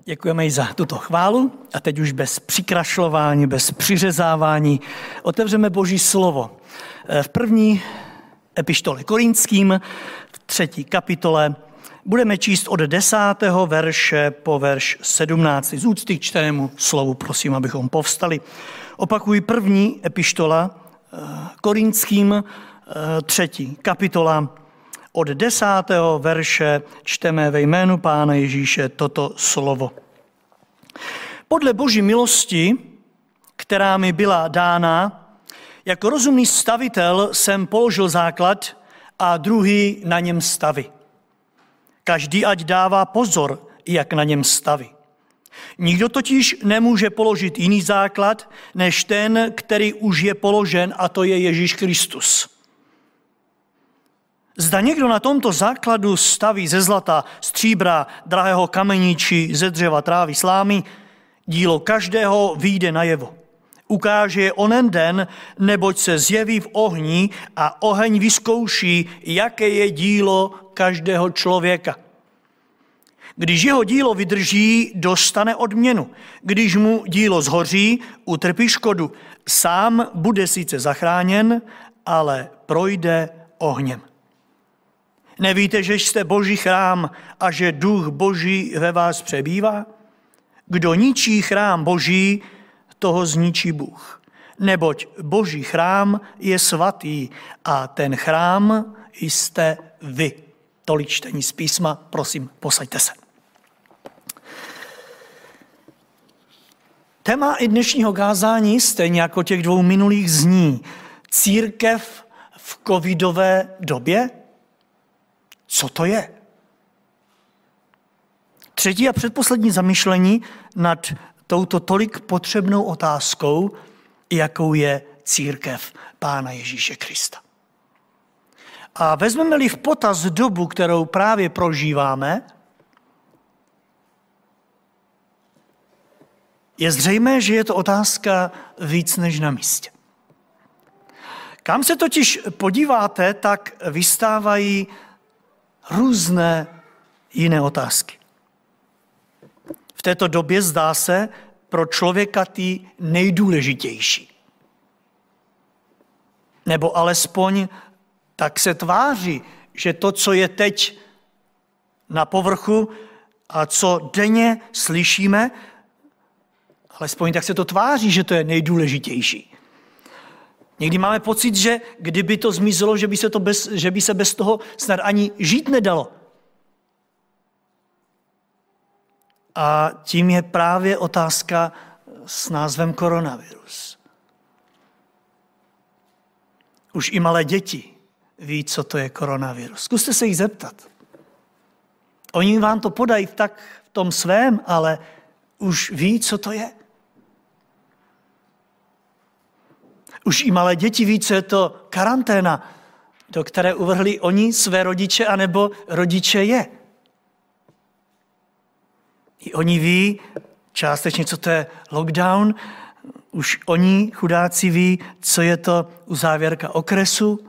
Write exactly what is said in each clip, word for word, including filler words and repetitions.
Děkujeme jí za tuto chválu a teď už bez přikrašlování, bez přiřezávání otevřeme Boží slovo. V první epištole Korinským, v třetí kapitole, budeme číst od desátého verše po verš sedmnáctý. Z úcty k čtenému slovu prosím, abychom povstali. Opakuji, první epištola Korinským, třetí kapitola, od desátého verše čteme ve jménu Pána Ježíše toto slovo. Podle Boží milosti, která mi byla dána, jako rozumný stavitel jsem položil základ a druhý na něm staví. Každý ať dává pozor, jak na něm staví. Nikdo totiž nemůže položit jiný základ, než ten, který už je položen, a to je Ježíš Kristus. Zda někdo na tomto základu staví ze zlata, stříbra, drahého kamení či ze dřeva, trávy, slámy, dílo každého vyjde najevo. Ukáže je onen den, neboť se zjeví v ohni a oheň vyzkouší, jaké je dílo každého člověka. Když jeho dílo vydrží, dostane odměnu. Když mu dílo zhoří, utrpí škodu. Sám bude sice zachráněn, ale projde ohněm. Nevíte, že jste Boží chrám a že duch Boží ve vás přebývá? Kdo ničí chrám Boží, toho zničí Bůh. Neboť Boží chrám je svatý a ten chrám jste vy. Tolik čtení z písma, prosím, posaďte se. Téma i dnešního kázání, stejně jako těch dvou minulých, zní církev v covidové době? Co to je? Třetí a předposlední zamyšlení nad touto tolik potřebnou otázkou, jakou je církev Pána Ježíše Krista. A vezmeme-li v potaz dobu, kterou právě prožíváme, je zřejmé, že je to otázka víc než na místě. Kam se totiž podíváte, tak vystávají různé jiné otázky. V této době zdá se pro člověka ty nejdůležitější. Nebo alespoň tak se tváří, že to, co je teď na povrchu a co denně slyšíme, alespoň tak se to tváří, že to je nejdůležitější. Někdy máme pocit, že kdyby to zmizelo, že by se, to bez, že by se bez toho snad ani žít nedalo. A tím je právě otázka s názvem koronavirus. Už i malé děti ví, co to je koronavirus. Zkuste se jich zeptat. Oni vám to podají tak v tom svém, ale už ví, co to je. Už i malé děti ví, co je to karanténa, do které uvrhli oni své rodiče, anebo rodiče je. I oni ví částečně, co to je lockdown. Už oni, chudáci, ví, co je to uzávěrka okresu,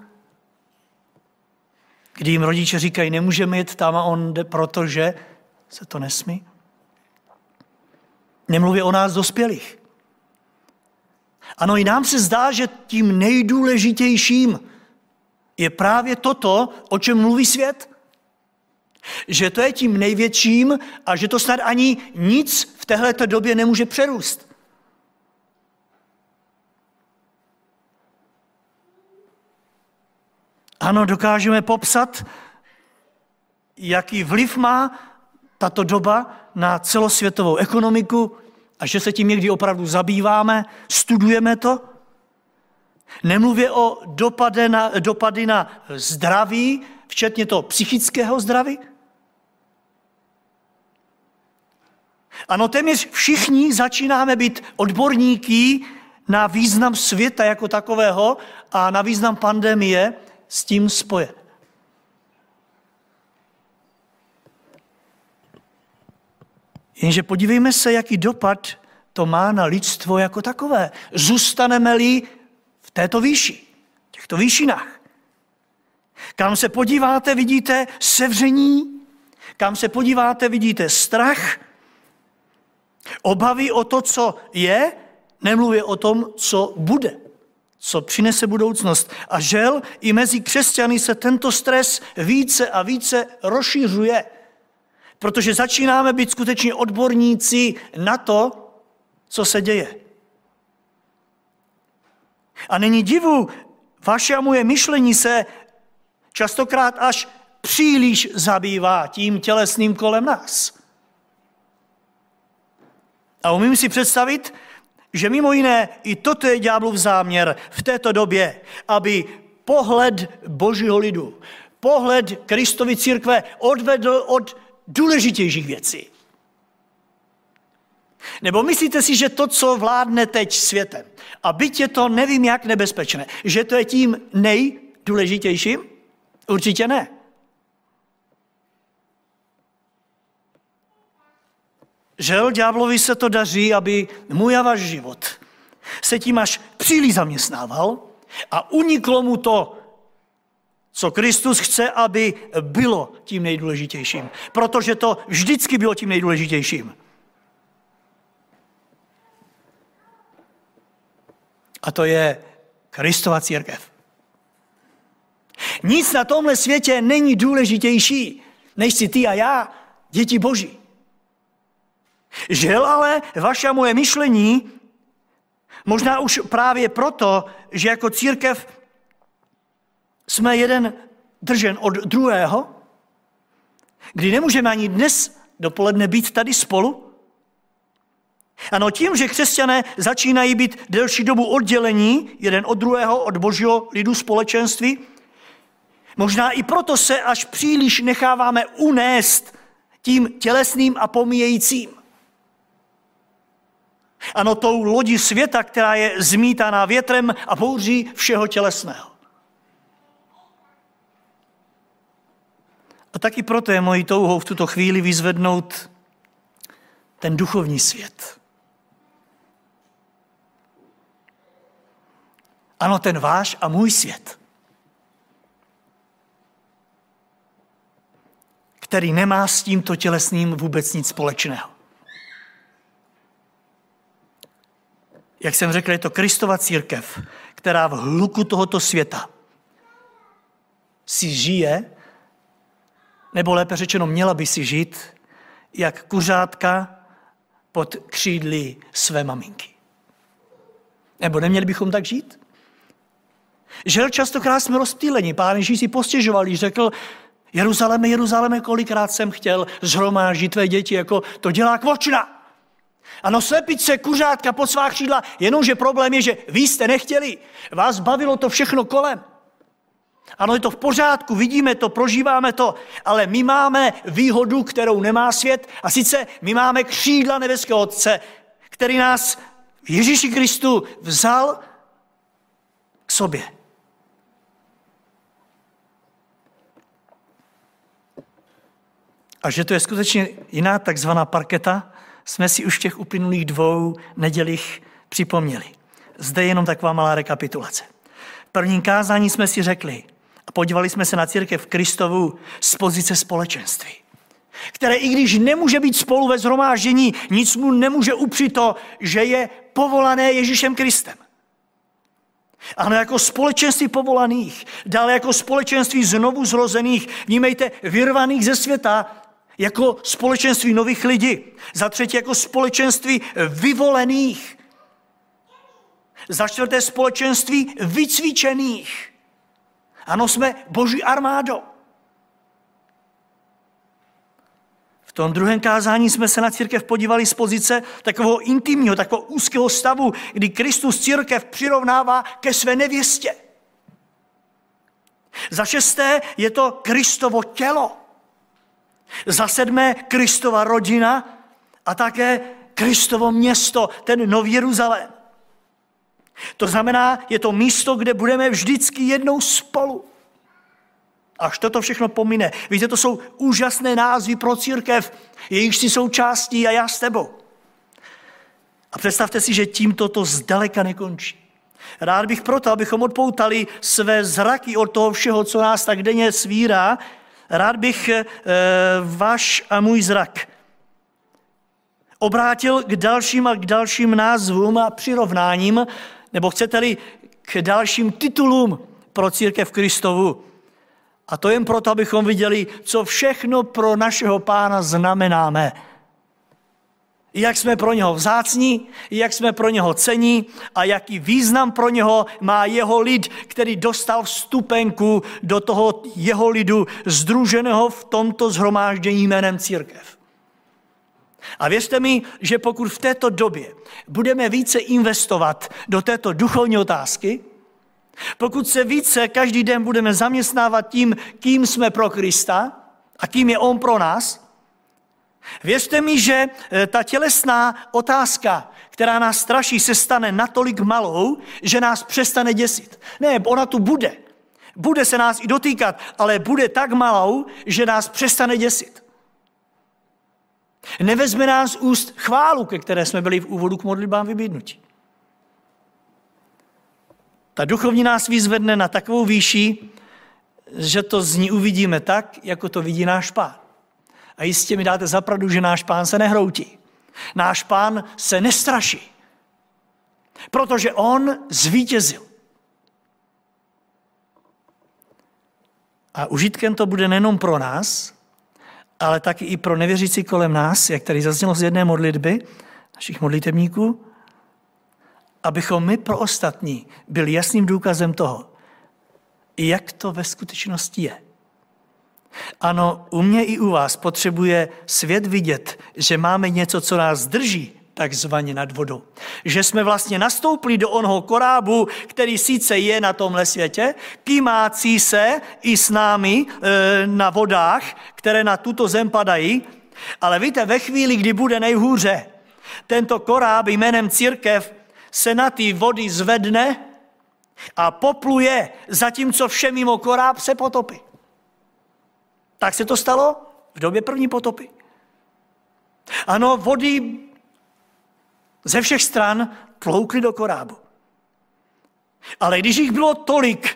kdy jim rodiče říkají, nemůžeme jít tam a on jde, protože se to nesmí. Nemluví o nás dospělých. Ano, i nám se zdá, že tím nejdůležitějším je právě toto, o čem mluví svět. Že to je tím největším a že to snad ani nic v téhleté době nemůže přerůst. Ano, dokážeme popsat, jaký vliv má tato doba na celosvětovou ekonomiku a že se tím někdy opravdu zabýváme, studujeme to. Nemluvě o dopady na, dopady na zdraví, včetně toho psychického zdraví. Ano, téměř všichni začínáme být odborníky na význam světa jako takového a na význam pandemie s tím spojen. Jenže podívejme se, jaký dopad to má na lidstvo jako takové. Zůstaneme-li v této výši, v těchto výšinách. Kam se podíváte, vidíte sevření, kam se podíváte, vidíte strach, Obavy o to, co je, nemluví o tom, co bude, co přinese budoucnost. A žel, i mezi křesťany se tento stres více a více rozšiřuje, protože začínáme být skutečně odborníci na to, co se děje. A není divu, vaše a moje myšlení se častokrát až příliš zabývá tím tělesným kolem nás. A umím si představit, že mimo jiné i toto je ďáblův záměr v této době, aby pohled Božího lidu, pohled Kristovy církve odvedl od důležitějších věcí. Nebo myslíte si, že to, co vládne teď světem, a byť je to nevím jak nebezpečné, že to je tím nejdůležitějším? Určitě ne. Žel, ďáblovi se to daří, aby můj a váš život se tím až příliš zaměstnával a uniklo mu to, co Kristus chce, aby bylo tím nejdůležitějším. Protože to vždycky bylo tím nejdůležitějším. A to je Kristova církev. Nic na tomhle světě není důležitější, než si ty a já, děti Boží. Žel ale vaše a moje myšlení, možná už právě proto, že jako církev jsme jeden držen od druhého, kdy nemůžeme ani dnes dopoledne být tady spolu. Ano, tím, že křesťané začínají být delší dobu oddělení jeden od druhého, od Božího lidu společenství, možná i proto se až příliš necháváme unést tím tělesným a pomíjejícím. Ano, tou lodí světa, která je zmítaná větrem a bouří všeho tělesného. A taky proto je mojí touhou v tuto chvíli vyzvednout ten duchovní svět. Ano, ten váš a můj svět, který nemá s tímto tělesným vůbec nic společného. Jak jsem řekl, je to Kristova církev, která v hluku tohoto světa si žije, nebo lépe řečeno měla by si žít, jak kuřátka pod křídly své maminky. Nebo neměli bychom tak žít? Žel, častokrát jsme rozptýleni. Pán Ježíš si postěžoval, když řekl, Jeruzaléme, Jeruzaléme, kolikrát jsem chtěl zhromáždit tvé děti, jako to dělá kvočna. Ano, slepice, kuřátka pod svá křídla, jenomže problém je, že vy jste nechtěli. Vás bavilo to všechno kolem. Ano, je to v pořádku, vidíme to, prožíváme to, ale my máme výhodu, kterou nemá svět, a sice my máme křídla nebeského Otce, který nás v Ježíši Kristu vzal k sobě. A že to je skutečně jiná takzvaná parketa, jsme si už v těch uplynulých dvou nedělích připomněli. Zde je jenom taková malá rekapitulace. V prvním kázání jsme si řekli a podívali jsme se na církev Kristovu z pozice společenství, které i když nemůže být spolu ve shromáždění, nic mu nemůže upřít to, že je povolané Ježíšem Kristem. Ano, jako společenství povolaných, dále jako společenství znovu zrozených, vnímejte, vyrvaných ze světa, jako společenství nových lidí. Za třetí jako společenství vyvolených. Za čtvrté společenství vycvičených. Ano, jsme Boží armádou. V tom druhém kázání jsme se na církev podívali z pozice takového intimního, takového úzkého stavu, kdy Kristus církev přirovnává ke své nevěstě. Za šesté je to Kristovo tělo. Za sedmé Kristova rodina a také Kristovo město, ten Nový Jeruzalém. To znamená, je to místo, kde budeme vždycky jednou spolu. Až toto všechno pomine. Víte, to jsou úžasné názvy pro církev, jejichž si součástí a já s tebou. A představte si, že tímto to zdaleka nekončí. Rád bych proto, abychom odpoutali své zraky od toho všeho, co nás tak denně svírá, rád bych e, váš a můj zrak obrátil k dalším a k dalším názvům a přirovnáním, nebo chcete-li k dalším titulům pro církev Kristovu. A to jen proto, abychom viděli, co všechno pro našeho Pána znamenáme. Jak jsme pro něho vzácní, jak jsme pro něho cení a jaký význam pro něho má jeho lid, který dostal vstupenku do toho jeho lidu sdruženého v tomto shromáždění jménem církev. A věřte mi, že pokud v této době budeme více investovat do této duchovní otázky, pokud se více každý den budeme zaměstnávat tím, kým jsme pro Krista a kým je on pro nás, věřte mi, že ta tělesná otázka, která nás straší, se stane natolik malou, že nás přestane děsit. Ne, ona tu bude. Bude se nás i dotýkat, ale bude tak malou, že nás přestane děsit. Nevezme nás z úst chválu, ke které jsme byli v úvodu k modlitbám vybídnutí. Ta duchovní nás vyzvedne na takovou výši, že to z ní uvidíme tak, jako to vidí náš Pán. A jistě mi dáte za pravdu, že náš Pán se nehroutí. Náš Pán se nestraší. Protože on zvítězil. A užitkem to bude nejenom pro nás, ale taky i pro nevěřící kolem nás, jak tady zaznělo z jedné modlitby, našich modlitebníků, abychom my pro ostatní byli jasným důkazem toho, jak to ve skutečnosti je. Ano, u mě i u vás potřebuje svět vidět, že máme něco, co nás drží takzvaně nad vodou. Že jsme vlastně nastoupili do onoho korábu, který sice je na tomhle světě, kýmácí se i s námi e, na vodách, které na tuto zem padají, ale víte, ve chvíli, kdy bude nejhůře, tento koráb jménem církev se na ty vody zvedne a popluje, zatímco vše mimo koráb se potopí. Tak se to stalo v době první potopy. Ano, vody ze všech stran tloukly do korábu. Ale když jich bylo tolik,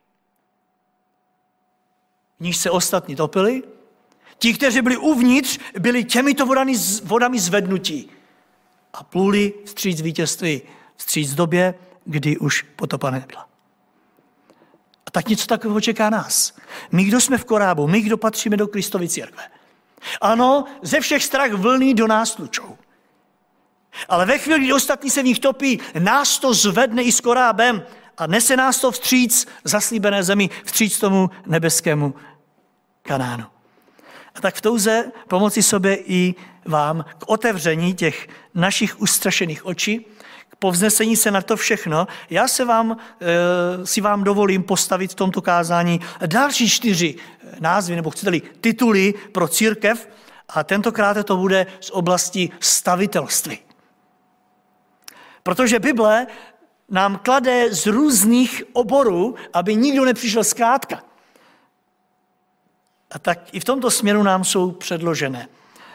v níž se ostatní topili, ti, kteří byli uvnitř, byli těmito vodami, vodami zvednutí a pluli vstříc vítězství, vstříc době, kdy už potopa nebyla. A tak něco takového čeká nás. My, kdo jsme v korábu, my, kdo patříme do Kristovy církve. Ano, ze všech strach vlny do nás tlučou. Ale ve chvíli, kdy ostatní se v nich topí, nás to zvedne i s korábem a nese nás to vstříc zaslíbené zemi, vstříc tomu nebeskému Kanánu. A tak v touze pomoci sobě i vám k otevření těch našich ustrašených očí, k povznesení se na to všechno, já se vám, si vám dovolím postavit v tomto kázání další čtyři názvy, nebo chcete-li tituly pro církev, a tentokrát to bude z oblasti stavitelství. Protože Bible nám klade z různých oborů, aby nikdo nepřišel zkrátka. A tak i v tomto směru nám jsou předložené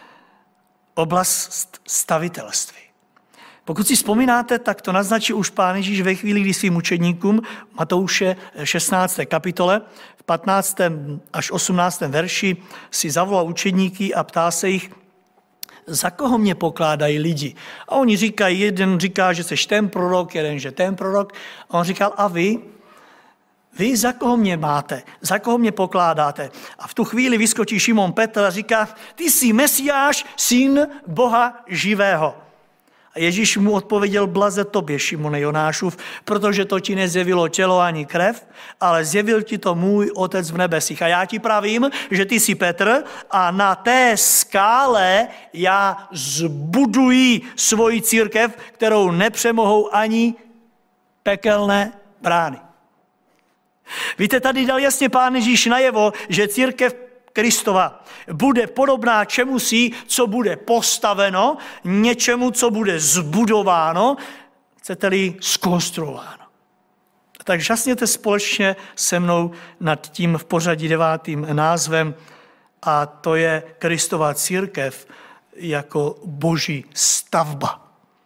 oblast stavitelství. Pokud si vzpomínáte, tak to naznačil už Pán Ježíš ve chvíli, kdy svým učedníkům Matouše šestnácté kapitole v patnáctém až osmnáctém verši si zavolal učedníky a ptá se jich, za koho mě pokládají lidi. A oni říkají, jeden říká, že jsi ten prorok, jeden, že ten prorok. A on říkal, a vy? Vy za koho mě máte? Za koho mě pokládáte? A v tu chvíli vyskočí Šimon Petr a říká, ty jsi Mesiáš, syn Boha živého. A Ježíš mu odpověděl, blaze tobě, Šimone Jonášův, protože to ti nezjevilo tělo ani krev, ale zjevil ti to můj Otec v nebesích. A já ti pravím, že ty jsi Petr a na té skále já zbuduji svoji církev, kterou nepřemohou ani pekelné brány. Víte, tady dal jasně Pán Ježíš najevo, že církev Kristova bude podobná čemusi, co bude postaveno, něčemu, co bude zbudováno, chcete-li zkonstruováno. Tak žasněte společně se mnou nad tím v pořadí devátým názvem, a to je Kristova církev jako boží stavba.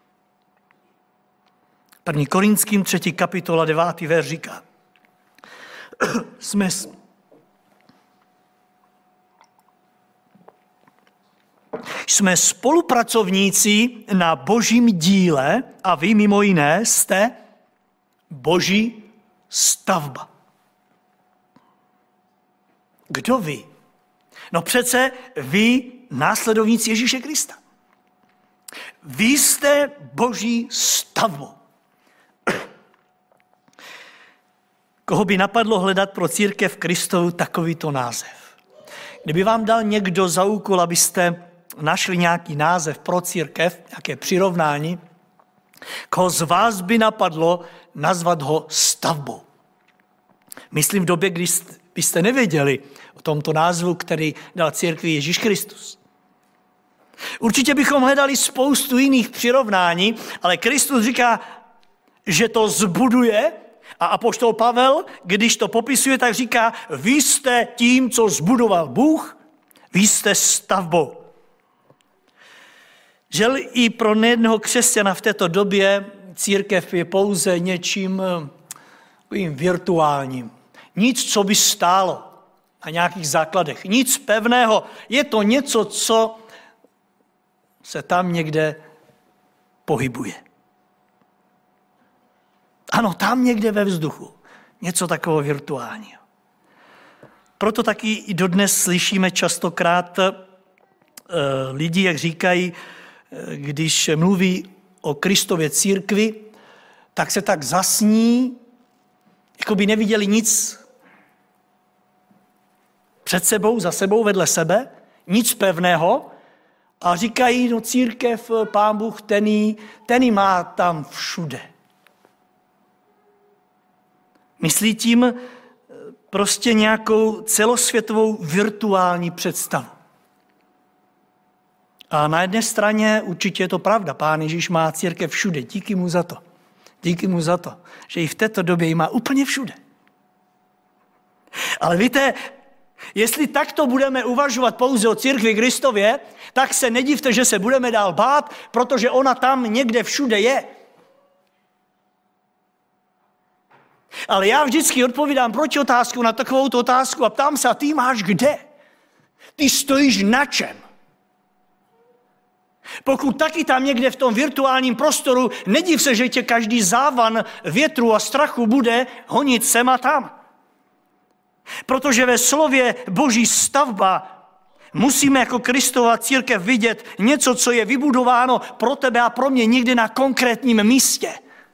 První Korinským třetí kapitola devátý verš říká, jsme Jsme spolupracovníci na božím díle a vy mimo jiné jste boží stavba. Kdo vy? No přece vy, následovníci Ježíše Krista. Vy jste boží stavbou. Koho by napadlo hledat pro církev Kristovu takovýto název? Kdyby vám dal někdo za úkol, abyste našli nějaký název pro církev, nějaké přirovnání, koho z vás by napadlo nazvat ho stavbou? Myslím v době, kdy byste nevěděli o tomto názvu, který dal církvi Ježíš Kristus. Určitě bychom hledali spoustu jiných přirovnání, ale Kristus říká, že to zbuduje, a apoštol Pavel, když to popisuje, tak říká, vy jste tím, co zbudoval Bůh, vy jste stavbou. Žel i pro nejednoho křesťana v této době církev je pouze něčím virtuálním. Nic, co by stálo na nějakých základech. Nic pevného. Je to něco, co se tam někde pohybuje. Ano, tam někde ve vzduchu. Něco takového virtuálního. Proto taky i dodnes slyšíme častokrát uh, lidi, jak říkají, když mluví o Kristově církvi, tak se tak zasní, jako by neviděli nic před sebou, za sebou, vedle sebe, nic pevného, a říkají, no církev, Pán Bůh, ten jí, ten jí má tam všude. Myslí tím prostě nějakou celosvětovou virtuální představu. A na jedné straně určitě je to pravda. Pán Ježíš má církev všude. Díky mu za to. Díky mu za to, že i v této době ji má úplně všude. Ale víte, jestli takto budeme uvažovat pouze o církvi Kristově, tak se nedivte, že se budeme dál bát, protože ona tam někde všude je. Ale já vždycky odpovídám proti otázku na takovou otázku a ptám se, a ty máš kde? Ty stojíš na čem? Pokud taky tam někde v tom virtuálním prostoru, nediv se, že tě každý závan větru a strachu bude honit sem a tam. Protože ve slově Boží stavba musíme jako Kristova církev vidět něco, co je vybudováno pro tebe a pro mě někde na konkrétním místě.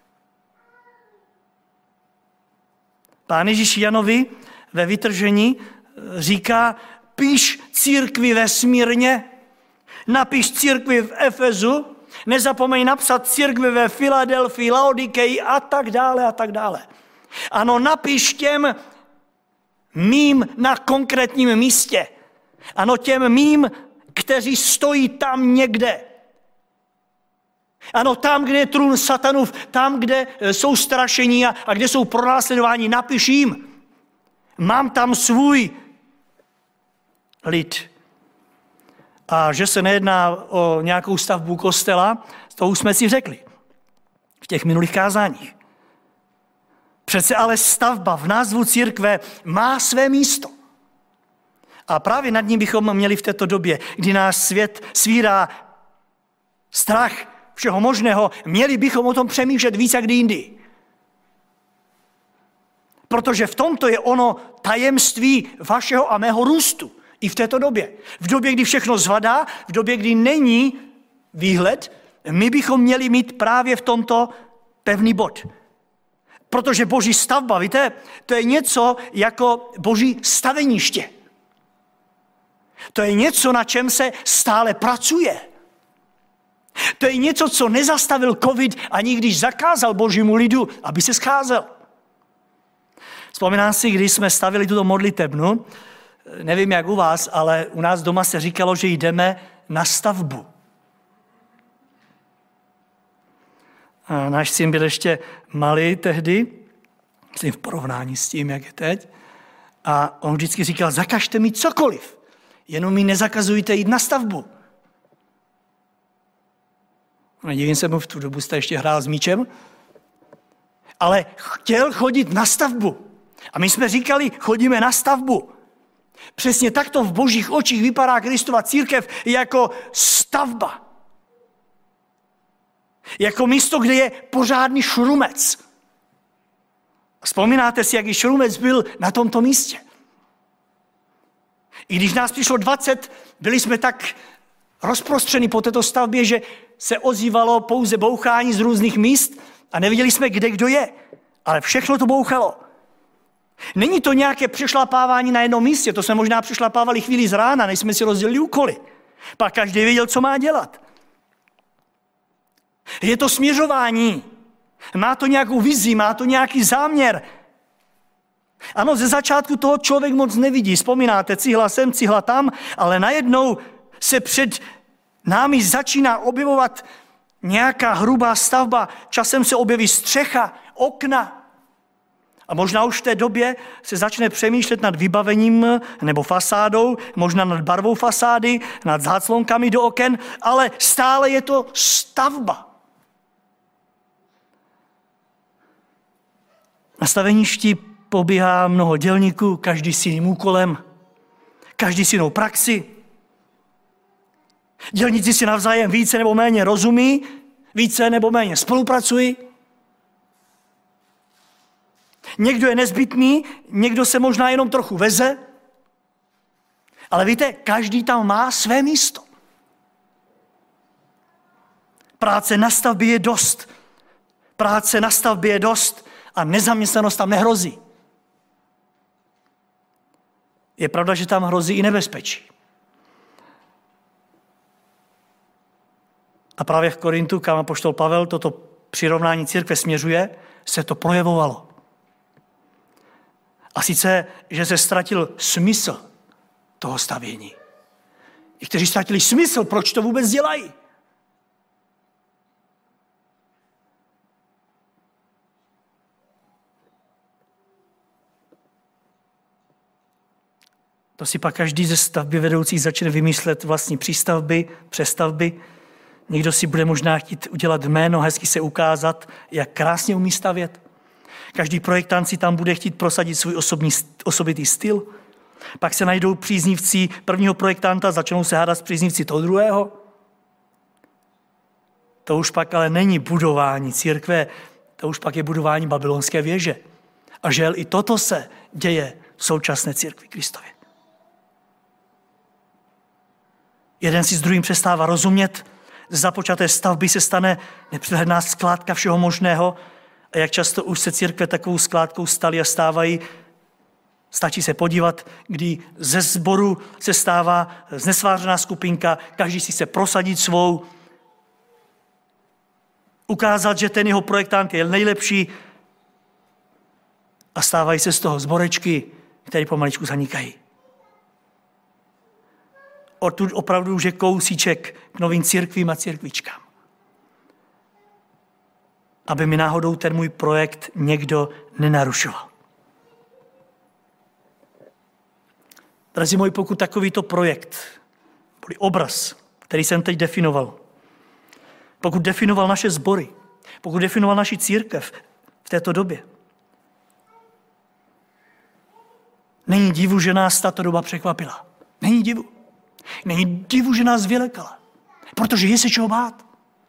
Pán Ježíš Janovi ve vytržení říká, píš církvi ve Smírně, napiš církvi v Efezu, nezapomeň napsat církvi ve Filadelfii, Laodikeji a tak dále a tak dále. Ano, napiš těm mým na konkrétním místě. Ano, těm mým, kteří stojí tam někde. Ano, tam, kde je trůn satanův, tam, kde jsou strašení a, a kde jsou pronásledování, napiš jim. Mám tam svůj lid. A že se nejedná o nějakou stavbu kostela, to už jsme si řekli v těch minulých kázáních. Přece ale stavba v názvu církve má své místo. A právě nad ní bychom měli v této době, kdy náš svět svírá strach všeho možného, měli bychom o tom přemýšlet víc jak kdy jindy. Protože v tomto je ono tajemství vašeho a mého růstu. I v této době. V době, kdy všechno zvadá, v době, kdy není výhled, my bychom měli mít právě v tomto pevný bod. Protože Boží stavba, víte, to je něco jako Boží staveniště. To je něco, na čem se stále pracuje. To je něco, co nezastavil covid, ani když zakázal Božímu lidu, aby se scházel. Vzpomínám si, když jsme stavili tuto modlitebnu, nevím jak u vás, ale u nás doma se říkalo, že jdeme na stavbu. A náš syn byl ještě malý tehdy, myslím v porovnání s tím, jak je teď. A on vždycky říkal, zakažte mi cokoliv, jenom mi nezakazujte jít na stavbu. Nedivím se mu, v tu dobu jste ještě hrál s míčem, ale chtěl chodit na stavbu. A my jsme říkali, chodíme na stavbu. Přesně takto v božích očích vypadá Kristova církev jako stavba. Jako místo, kde je pořádný šrumec. Vzpomínáte si, jaký šrumec byl na tomto místě? I když nás přišlo dvacet, byli jsme tak rozprostřeni po této stavbě, že se ozývalo pouze bouchání z různých míst a neviděli jsme, kde kdo je. Ale všechno to bouchalo. Není to nějaké přešlapávání na jednom místě, to jsme možná přešlapávali chvíli z rána, než jsme si rozdělili úkoly. Pak každý věděl, co má dělat. Je to směřování. Má to nějakou vizi, má to nějaký záměr. Ano, ze začátku toho člověk moc nevidí. Vzpomínáte, cihla sem, cihla tam, ale najednou se před námi začíná objevovat nějaká hrubá stavba. Časem se objeví střecha, okna. A možná už v té době se začne přemýšlet nad vybavením nebo fasádou, možná nad barvou fasády, nad záclonkami do oken, ale stále je to stavba. Na staveništi pobíhá mnoho dělníků, každý s jiným úkolem, každý s jinou praxi. Dělníci si navzájem více nebo méně rozumí, více nebo méně spolupracují. Někdo je nezbytný, někdo se možná jenom trochu veze, ale víte, každý tam má své místo. Práce na stavbě je dost. Práce na stavbě je dost a nezaměstnanost tam nehrozí. Je pravda, že tam hrozí i nebezpečí. A právě v Korintu, kam apoštol Pavel toto přirovnání církve směřuje, se to projevovalo. A sice, že se ztratil smysl toho stavění. I kteří ztratili smysl, proč to vůbec dělají. To si pak každý ze stavby vedoucích začne vymyslet vlastní přístavby, přestavby. Někdo si bude možná chtít udělat jméno, hezky se ukázat, jak krásně umí stavět. Každý projektant si tam bude chtít prosadit svůj osobní, osobitý styl. Pak se najdou příznivci prvního projektanta, začnou se hádat s příznivci toho druhého. To už pak ale není budování církve, to už pak je budování babylonské věže. A žel i toto se děje v současné církvi Kristově. Jeden si s druhým přestává rozumět, z započaté stavby se stane nepřehledná skládka všeho možného a jak často už se církve takovou skládkou staly a stávají, stačí se podívat, kdy ze sboru se stává znesvářená skupinka, každý si chce prosadit svou, ukázat, že ten jeho projektant je nejlepší a stávají se z toho zborečky, které pomaličku zanikají. Odtud opravdu už je kousíček k novým církvím a církvičkám. Aby mi náhodou ten můj projekt někdo nenarušoval. Drazí moji, pokud takovýto projekt, byl obraz, který jsem teď definoval, pokud definoval naše sbory, pokud definoval naši církev v této době, není divu, že nás tato doba překvapila. Není divu. Není divu, že nás vylekala, protože je se čeho bát.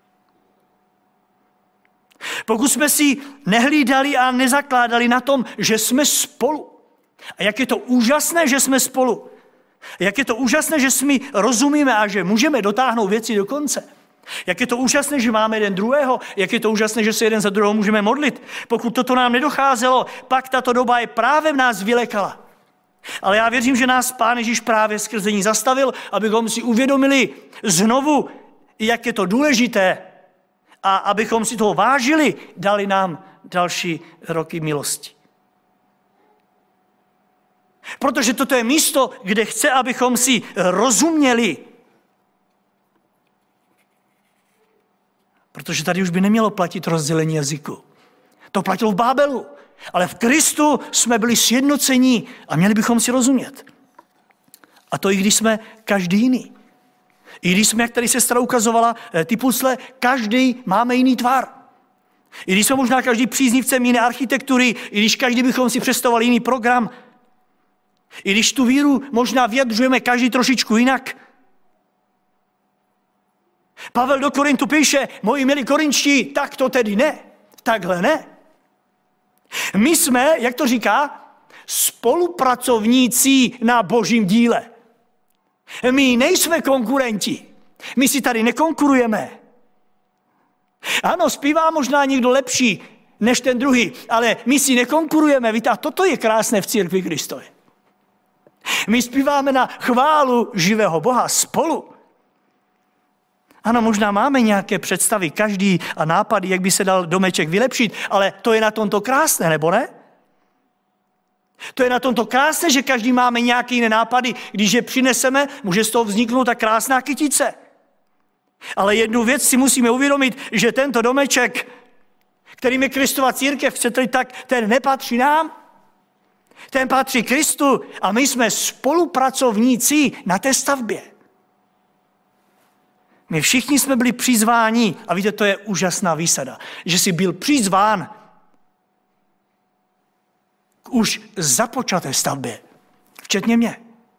Pokud jsme si nehlídali a nezakládali na tom, že jsme spolu. A jak je to úžasné, že jsme spolu. Jak je to úžasné, že si rozumíme a že můžeme dotáhnout věci do konce. Jak je to úžasné, že máme jeden druhého, jak je to úžasné, že se jeden za druhého můžeme modlit. Pokud toto nám nedocházelo, pak tato doba je právě v nás vylekala. Ale já věřím, že nás Pán Ježíš právě skrze ní zastavil, abychom si uvědomili znovu, jak je to důležité a abychom si toho vážili, dali nám další roky milosti. Protože toto je místo, kde chce, abychom si rozuměli. Protože tady už by nemělo platit rozdělení jazyku. To platilo v Bábelu. Ale v Kristu jsme byli sjednocení a měli bychom si rozumět. A to i když jsme každý jiný. I když jsme, jak tady sestra ukazovala, ty pucle, každý máme jiný tvar. I když jsme možná každý příznivcem jiné architektury, i když každý bychom si představovali jiný program, I když tu víru možná vyjadřujeme každý trošičku jinak. Pavel do Korintu píše, moji milí korinčtí, tak to tedy ne. Takhle ne. My jsme, jak to říká, spolupracovníci na božím díle. My nejsme konkurenti. My si tady nekonkurujeme. Ano, zpívá možná někdo lepší než ten druhý, ale my si nekonkurujeme. Víte, a toto je krásné v církvi Kristově. My zpíváme na chválu živého Boha spolu. Ano, možná máme nějaké představy, každý a nápady, jak by se dal domeček vylepšit, ale to je na tomto krásné, nebo ne? To je na tomto krásné, že každý máme nějaké jiné nápady. Když je přineseme, může z toho vzniknout ta krásná kytice. Ale jednu věc si musíme uvědomit, že tento domeček, kterým je Kristova církev, chcete-li tak, ten nepatří nám. Ten patří Kristu a my jsme spolupracovníci na té stavbě. My všichni jsme byli přizváni a víte, to je úžasná výsada, že jsi byl přizván k už započaté stavbě, včetně mě.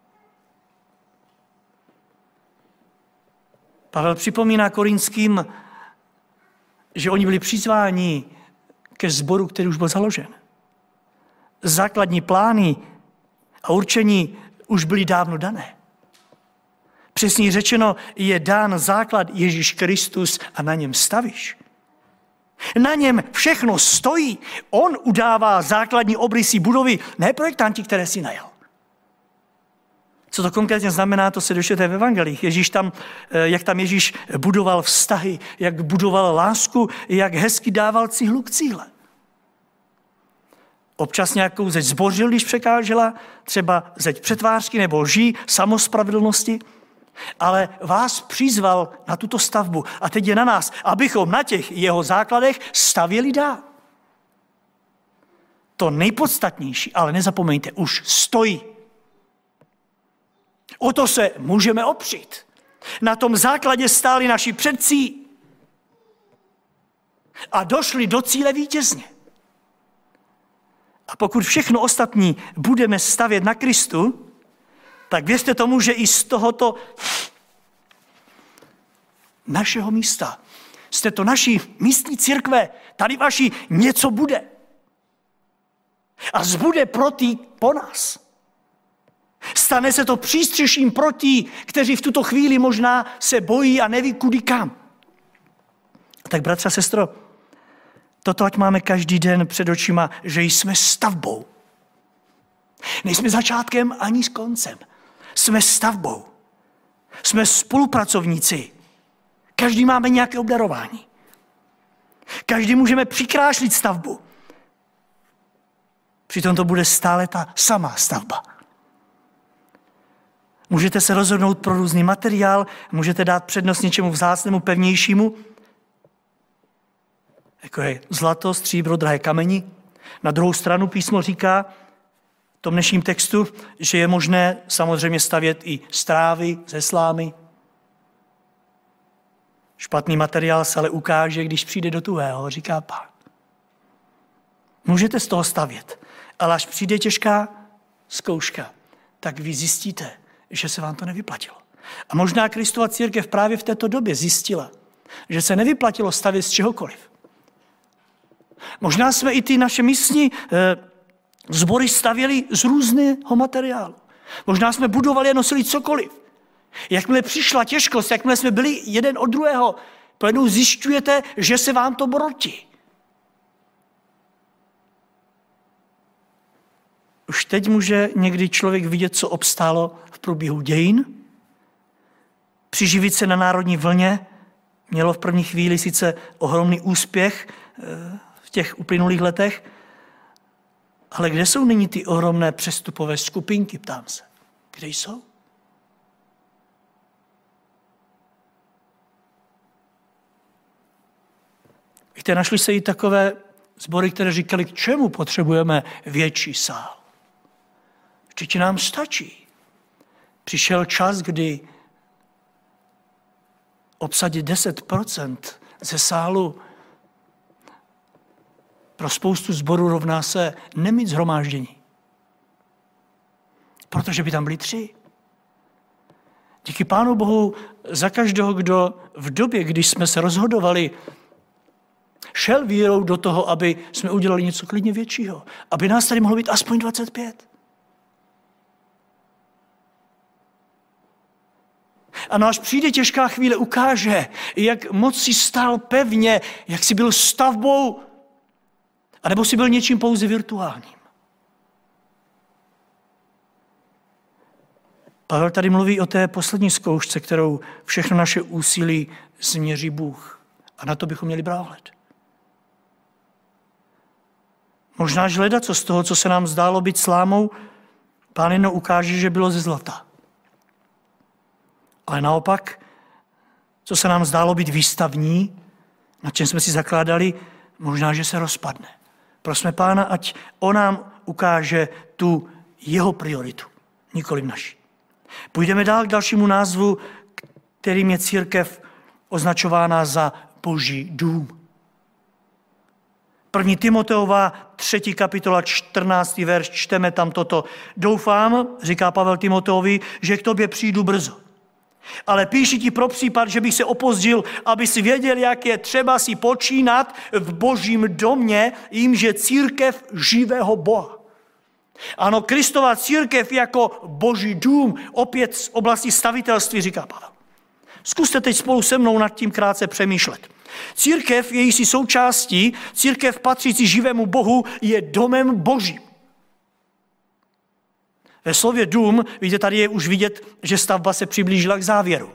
Pavel připomíná Korinským, že oni byli přizváni ke sboru, který už byl založen. Základní plány a určení už byly dávno dané. Přesně řečeno, je dán základ Ježíš Kristus a na něm stavíš. Na něm všechno stojí. On udává základní obrysy budovy, ne projektanti, které si najal. Co to konkrétně znamená, to se dočtete v evangelích. Ježíš tam, jak tam Ježíš budoval vztahy, jak budoval lásku, jak hezky dával cihlu k cíle. Občas nějakou zeď zbořil, když překážela, třeba zeď přetvářky nebo lží, samospravedlnosti, ale vás přizval na tuto stavbu a teď je na nás, abychom na těch jeho základech stavěli dál. To nejpodstatnější, ale nezapomeňte, už stojí. O to se můžeme opřít. Na tom základě stáli naši předci a došli do cíle vítězně. A pokud všechno ostatní budeme stavět na Kristu, tak věřte tomu, že i z tohoto našeho místa, z této naší místní církve, tady vaší něco bude. A zbude proti po nás. Stane se to přístřeším proti, kteří v tuto chvíli možná se bojí a neví kudy kam. Tak bratře a sestro, toto ať máme každý den před očima, že jsme stavbou. Nejsme začátkem ani s koncem. Jsme stavbou. Jsme spolupracovníci. Každý máme nějaké obdarování. Každý můžeme přikrášlit stavbu. Přitom to bude stále ta samá stavba. Můžete se rozhodnout pro různý materiál, můžete dát přednost něčemu vzácnému, pevnějšímu, jako je zlato, stříbro, drahé kameni. Na druhou stranu písmo říká v tom dnešním textu, že je možné samozřejmě stavět i z trávy, ze slámy. Špatný materiál se ale ukáže, když přijde do tuhého, říká Pán. Můžete z toho stavět, ale až přijde těžká zkouška, tak vy zjistíte, že se vám to nevyplatilo. A možná Kristova církev právě v této době zjistila, že se nevyplatilo stavět z čehokoliv. Možná jsme i ty naše místní eh, sbory stavěli z různého materiálu. Možná jsme budovali a nosili cokoliv. Jakmile přišla těžkost, jakmile jsme byli jeden od druhého, pojednou zjišťujete, že se vám to brotí. Už teď může někdy člověk vidět, co obstálo v průběhu dějin. Přiživit se na národní vlně mělo v první chvíli sice ohromný úspěch v těch uplynulých letech, ale kde jsou nyní ty ohromné přestupové skupinky, ptám se. Kde jsou? Víte, našli se i takové sbory, které říkali, k čemu potřebujeme větší sál. Vždyť nám stačí. Přišel čas, kdy obsadit deset procent ze sálu pro spoustu sborů rovná se nemít shromáždění. protože by tam byli tři. Díky Pánu Bohu za každého, kdo v době, když jsme se rozhodovali, šel vírou do toho, aby jsme udělali něco klidně většího. Aby nás tady mohlo být aspoň dvacet pět. A no až přijde těžká chvíle, ukáže, jak moc si stál pevně, jak si byl stavbou, anebo si byl něčím pouze virtuálním. Pavel tady mluví o té poslední zkoušce, kterou všechno naše úsilí změří Bůh. A na to bychom měli brát ohled. Možná, že ledaco z toho, co se nám zdálo být slámou, Pán jenom ukáže, že bylo ze zlata. Ale naopak, co se nám zdálo být výstavní, na čem jsme si zakládali, možná, že se rozpadne. Prosme Pána, ať on nám ukáže tu jeho prioritu, nikoliv naši. Půjdeme dál k dalšímu názvu, kterým je církev označována za Boží dům. První Timoteova, třetí kapitola, čtrnáctý verš, čteme tam toto. Doufám, říká Pavel Timoteovi, že k tobě přijdu brzo. Ale píši ti pro případ, že bych se opozdil, aby si věděl, jak je třeba si počínat v Božím domě, jímže církev živého Boha. Ano, Kristova církev jako Boží dům, opět z oblasti stavitelství, říká Pavel. Zkuste teď spolu se mnou nad tím krátce přemýšlet. Církev, její součástí, církev patřící živému Bohu, je domem Božím. Ve slově dům, vidíte, tady je už vidět, že stavba se přiblížila k závěru.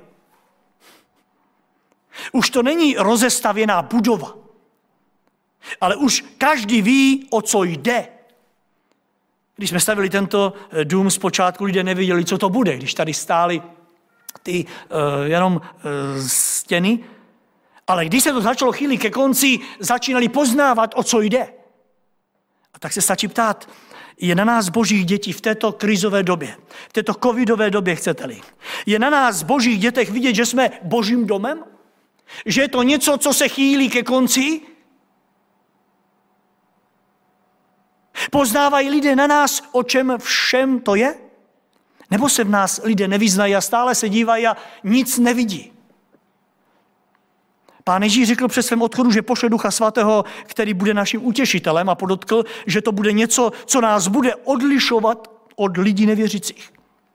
Už to není rozestavěná budova, ale už každý ví, o co jde. Když jsme stavili tento dům zpočátku, lidé nevěděli, co to bude, když tady stály ty uh, jenom uh, stěny, ale když se to začalo chýlit ke konci, začínali poznávat, o co jde. A tak se stačí ptát, je na nás božích dětí v této krizové době, v této covidové době, chcete-li. Je na nás božích dětech vidět, že jsme Božím domem? Že je to něco, co se chýlí ke konci? Poznávají lidé na nás, o čem všem to je? Nebo se v nás lidé nevyznají a stále se dívají a nic nevidí? Pán Ježíš řekl při svém odchodu, že pošle Ducha Svatého, který bude naším utěšitelem, a podotkl, že to bude něco, co nás bude odlišovat od lidí nevěřících.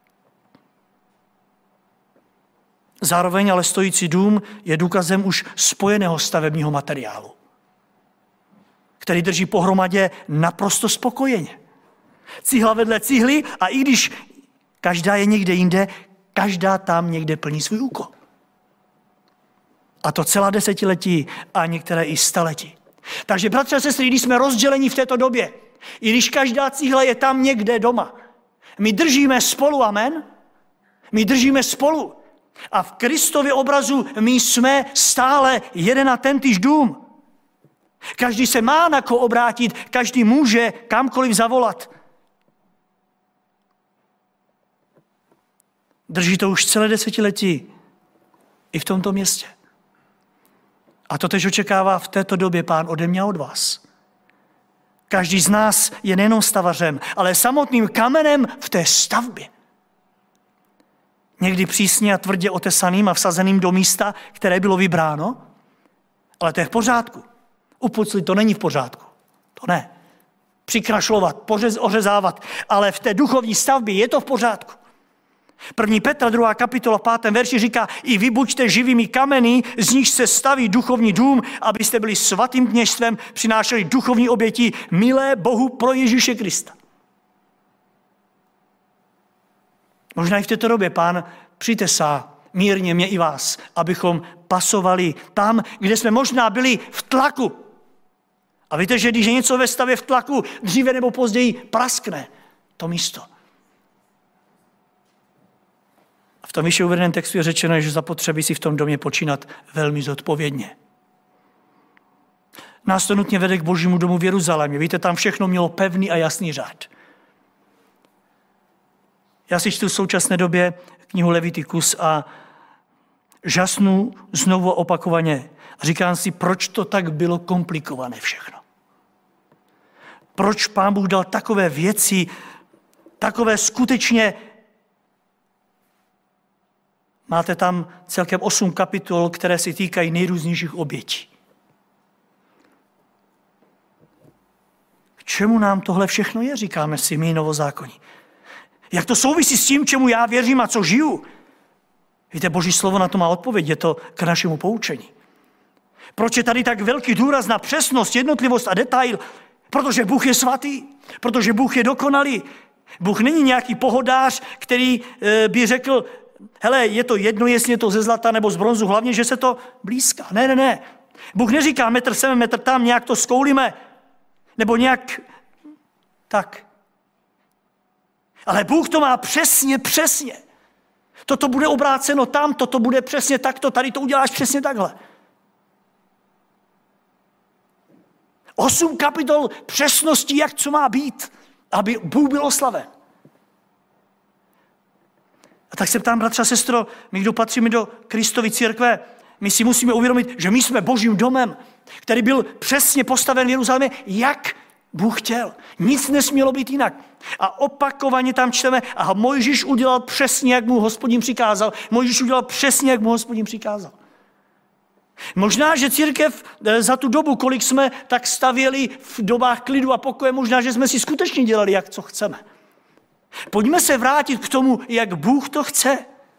Zároveň ale stojící dům je důkazem už spojeného stavebního materiálu, který drží pohromadě naprosto spokojeně. Cihla vedle cihly, a i když každá je někde jinde, každá tam někde plní svůj úkol. A to celá desetiletí a některé i staletí. Takže, bratři a sestry, když jsme rozděleni v této době, i když každá cihla je tam někde doma, my držíme spolu, amen? My držíme spolu. A v Kristově obrazu my jsme stále jeden a tentýž dům. Každý se má na koho obrátit, každý může kamkoliv zavolat. Drží to už celé desetiletí i v tomto městě. A to tež očekává v této době Pán ode mě a od vás. Každý z nás je nejenom stavařem, ale samotným kamenem v té stavbě. Někdy přísně a tvrdě otesaným a vsazeným do místa, které bylo vybráno, ale to je v pořádku. Upuclit to není v pořádku. To ne. Přikrašlovat, pořez, ořezávat, ale v té duchovní stavbě je to v pořádku. První Petra, druhá kapitola, pátém verši říká, i vy buďte živými kameny, z nich se staví duchovní dům, abyste byli svatým kněžstvem, přinášeli duchovní oběti, milé Bohu pro Ježíše Krista. Možná i v této době Pán přitesá mírně mě i vás, abychom pasovali tam, kde jsme možná byli v tlaku. A víte, že když je něco ve stavě v tlaku, dříve nebo později praskne to místo. V tom vyšší uvedeném textu je řečeno, že zapotřebí si v tom domě počínat velmi zodpovědně. Nás to nutně vede k Božímu domu v Jeruzalémě. Víte, tam všechno mělo pevný a jasný řád. Já si čtu v současné době knihu Levitikus a žasnu znovu opakovaně. A říkám si, proč to tak bylo komplikované všechno. Proč Pán Bůh dal takové věci, takové skutečně, máte tam celkem osm kapitol, které se týkají nejrůznějších obětí. K čemu nám tohle všechno je, říkáme si my novozákonní. Jak to souvisí s tím, čemu já věřím a co žiju? Víte, Boží slovo na to má odpověď, je to k našemu poučení. Proč je tady tak velký důraz na přesnost, jednotlivost a detail? Protože Bůh je svatý, protože Bůh je dokonalý. Bůh není nějaký pohodář, který by řekl, hele, je to jedno, jestli je to ze zlata nebo z bronzu, hlavně, že se to blízká. Ne, ne, ne. Bůh neříká metr sem, metr tam, nějak to skoulíme, nebo nějak tak. Ale Bůh to má přesně, přesně. Toto bude obráceno tam, toto bude přesně takto, tady to uděláš přesně takhle. Osm kapitol přesnosti, jak co má být, aby Bůh byl oslaven. A tak se ptám, bratře a sestro, my, kdo patříme do Kristovy církve, my si musíme uvědomit, že my jsme Božím domem, který byl přesně postaven v Jeruzalémě, jak Bůh chtěl. Nic nesmělo být jinak. A opakovaně tam čteme, a Mojžíš udělal přesně, jak mu Hospodin přikázal. Mojžíš udělal přesně, jak mu Hospodin přikázal. Možná, že církev za tu dobu, kolik jsme tak stavěli v dobách klidu a pokoje, možná, že jsme si skutečně dělali, jak co chceme. Pojďme se vrátit k tomu, jak Bůh to chce.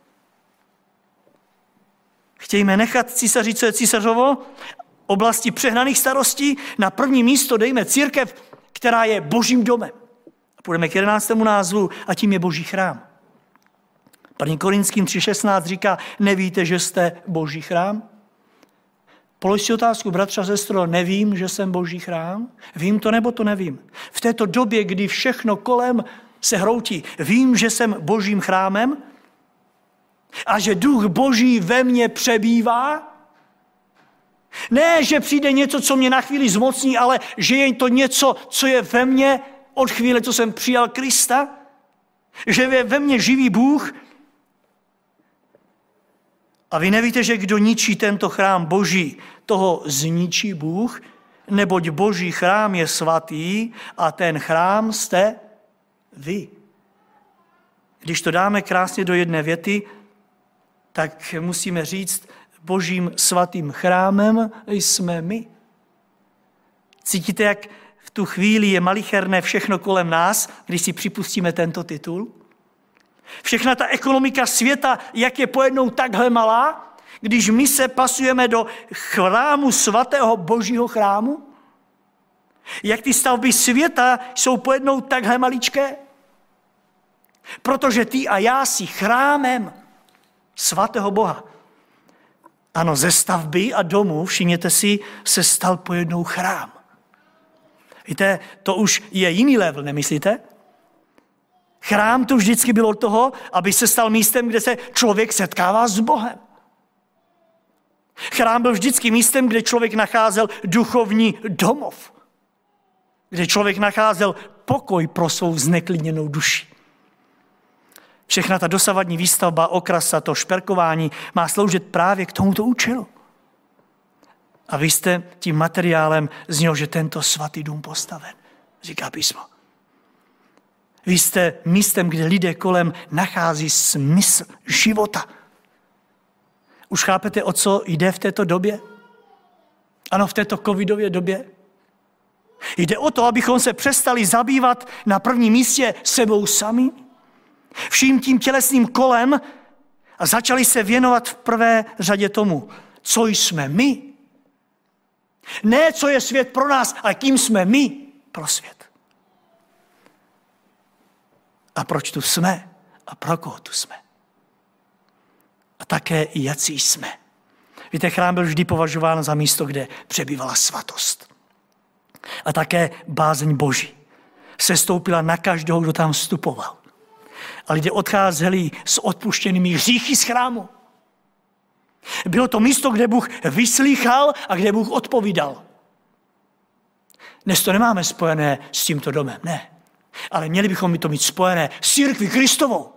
Chtějme nechat císaři, co je císařovo, oblasti přehnaných starostí, na první místo dejme církev, která je Božím domem. A půjdeme k jedenáctému názvu a tím je Boží chrám. první Korinským tři šestnáct říká, nevíte, že jste Boží chrám? Polož si otázku, bratře a sestro, nevím, že jsem Boží chrám? Vím to nebo to nevím? V této době, kdy všechno kolem se hroutí, vím, že jsem Božím chrámem a že duch Boží ve mně přebývá? Ne, že přijde něco, co mě na chvíli zmocní, ale že je to něco, co je ve mně od chvíle, co jsem přijal Krista? Že je ve mně živý Bůh? A vy nevíte, že kdo ničí tento chrám Boží, toho zničí Bůh, neboť Boží chrám je svatý a ten chrám jste vy. Když to dáme krásně do jedné věty, tak musíme říct, Božím svatým chrámem jsme my. Cítíte, jak v tu chvíli je malicherné všechno kolem nás, když si připustíme tento titul? Všechna ta ekonomika světa, jak je pojednou takhle malá, když my se pasujeme do chrámu svatého Božího chrámu? Jak ty stavby světa jsou pojednou takhle maličké? Protože ty a já si chrámem svatého Boha. Ano, ze stavby a domu, všimněte si, se stal pojednou chrám. Víte, to už je jiný level, nemyslíte? Chrám to vždycky bylo od toho, aby se stal místem, kde se člověk setkává s Bohem. Chrám byl vždycky místem, kde člověk nacházel duchovní domov. Kde člověk nacházel pokoj pro svou zneklidněnou duši. Všechna ta dosavadní výstavba, okrasa, to šperkování má sloužit právě k tomuto účelu. A vy jste tím materiálem z něho, že tento svatý dům postaven, říká písmo. Vy jste místem, kde lidé kolem nachází smysl života. Už chápete, o co jde v této době? Ano, v této covidově době. Jde o to, abychom se přestali zabývat na prvním místě sebou sami, vším tím tělesným kolem a začali se věnovat v prvé řadě tomu, co jsme my. Ne, co je svět pro nás, ale kým jsme my pro svět. A proč tu jsme a pro koho tu jsme. A také i jací jsme. Víte, chrám byl vždy považován za místo, kde přebývala svatost. A také bázeň Boží se stoupila na každého, kdo tam vstupoval. A lidé odcházeli s odpuštěnými hříchy z chrámu. Bylo to místo, kde Bůh vyslýchal a kde Bůh odpovídal. Dnes to nemáme spojené s tímto domem, ne. Ale měli bychom to mít spojené s církví Kristovou.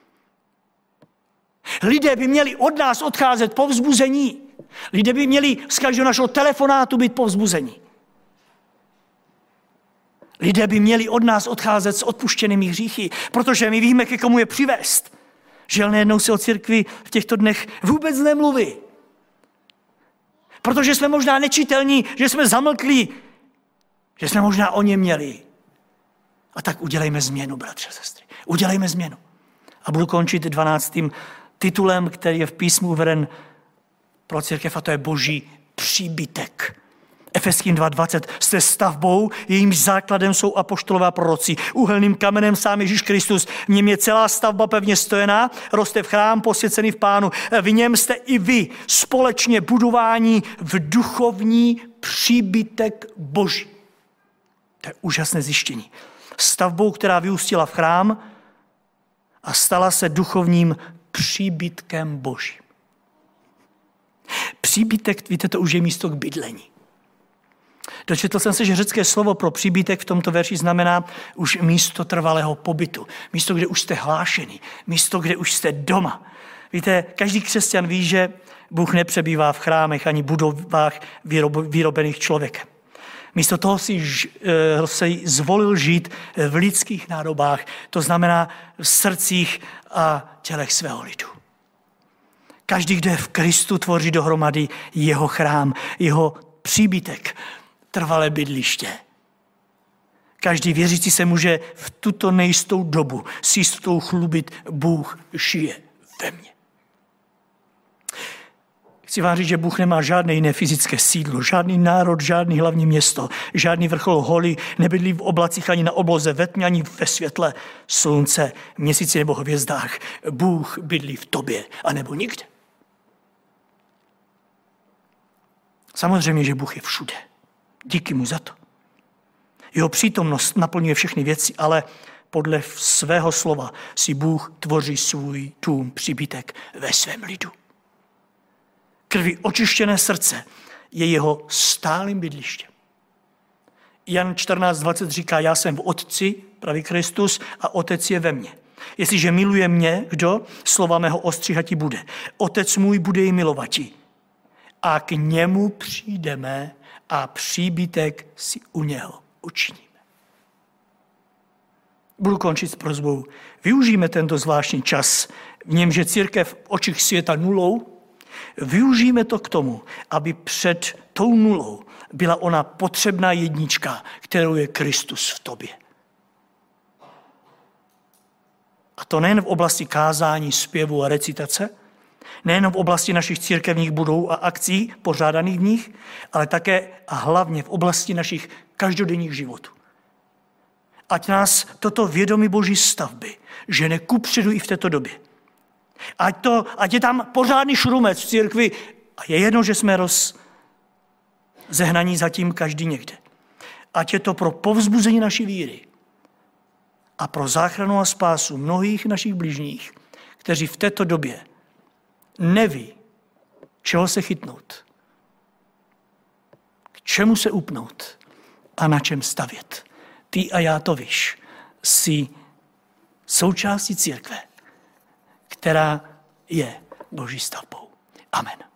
Lidé by měli od nás odcházet povzbuzení. Lidé by měli z každého našeho telefonátu být povzbuzení. Lidé by měli od nás odcházet s odpuštěnými hříchy, protože my víme, ke komu je přivést. Žel nejednou se o církvi v těchto dnech vůbec nemluví. Protože jsme možná nečitelní, že jsme zamlklí, že jsme možná o ně měli. A tak udělejme změnu, bratři a sestry. Udělejme změnu. A budu končit dvanáctým titulem, který je v písmu uveden pro církev, a to je Boží příbytek. Efeským dva dvacet. Jste stavbou, jejímž základem jsou apoštolové a proroci. Úhelným kamenem sám Ježíš Kristus. V něm je celá stavba pevně stojená, roste v chrám posvěcený v Pánu. V něm jste i vy společně budováni v duchovní příbytek Boží. To je úžasné zjištění. Stavbou, která vyústila v chrám a stala se duchovním příbytkem Božím. Příbytek, víte, to už je místo k bydlení. Dočetl jsem se, že řecké slovo pro příbytek v tomto verši znamená už místo trvalého pobytu. Místo, kde už jste hlášeni. Místo, kde už jste doma. Víte, každý křesťan ví, že Bůh nepřebývá v chrámech ani budovách vyrobených člověkem. Místo toho si, si zvolil žít v lidských nádobách, to znamená v srdcích a tělech svého lidu. Každý, kdo je v Kristu, tvoří dohromady jeho chrám, jeho příbytek, trvalé bydliště. Každý věřící se může v tuto nejistou dobu s jistotou chlubit, Bůh žije ve mně. Chci vám říct, že Bůh nemá žádné jiné fyzické sídlo, žádný národ, žádný hlavní město, žádný vrchol hory, nebydlí v oblacích ani na obloze, ve tmě, ani ve světle slunce, měsíci nebo hvězdách. Bůh bydlí v tobě, anebo nikde. Samozřejmě, že Bůh je všude. Díky mu za to. Jeho přítomnost naplňuje všechny věci, ale podle svého slova si Bůh tvoří svůj dům, příbytek ve svém lidu. Krví očištěné srdce je jeho stálým bydlištěm. Jan čtrnáct dvacet říká, já jsem v Otci, praví Kristus, a Otec je ve mně. Jestliže miluje mě, kdo? Slova mého ostříhati bude. Otec můj bude ji milovati. A k němu přijdeme a příbytek si u něho učiníme. Budu končit s prosbou. Využijeme tento zvláštní čas, v němž je církev v očích světa nulou. Využijeme to k tomu, aby před tou nulou byla ona potřebná jednička, kterou je Kristus v tobě. A to nejen v oblasti kázání, zpěvu a recitace, nejen v oblasti našich církevních budov a akcí pořádaných v nich, ale také a hlavně v oblasti našich každodenních životů. Ať nás toto vědomí Boží stavby žene kupředu i v této době. Ať, to, ať je tam pořádný šrumec v církvi a je jedno, že jsme rozehnaní zatím každý někde. Ať je to pro povzbuzení naší víry a pro záchranu a spásu mnohých našich bližních, kteří v této době neví, čeho se chytnout, k čemu se upnout a na čem stavět. Ty a já to víš, jsi součástí církve, která je Boží stavbou. Amen.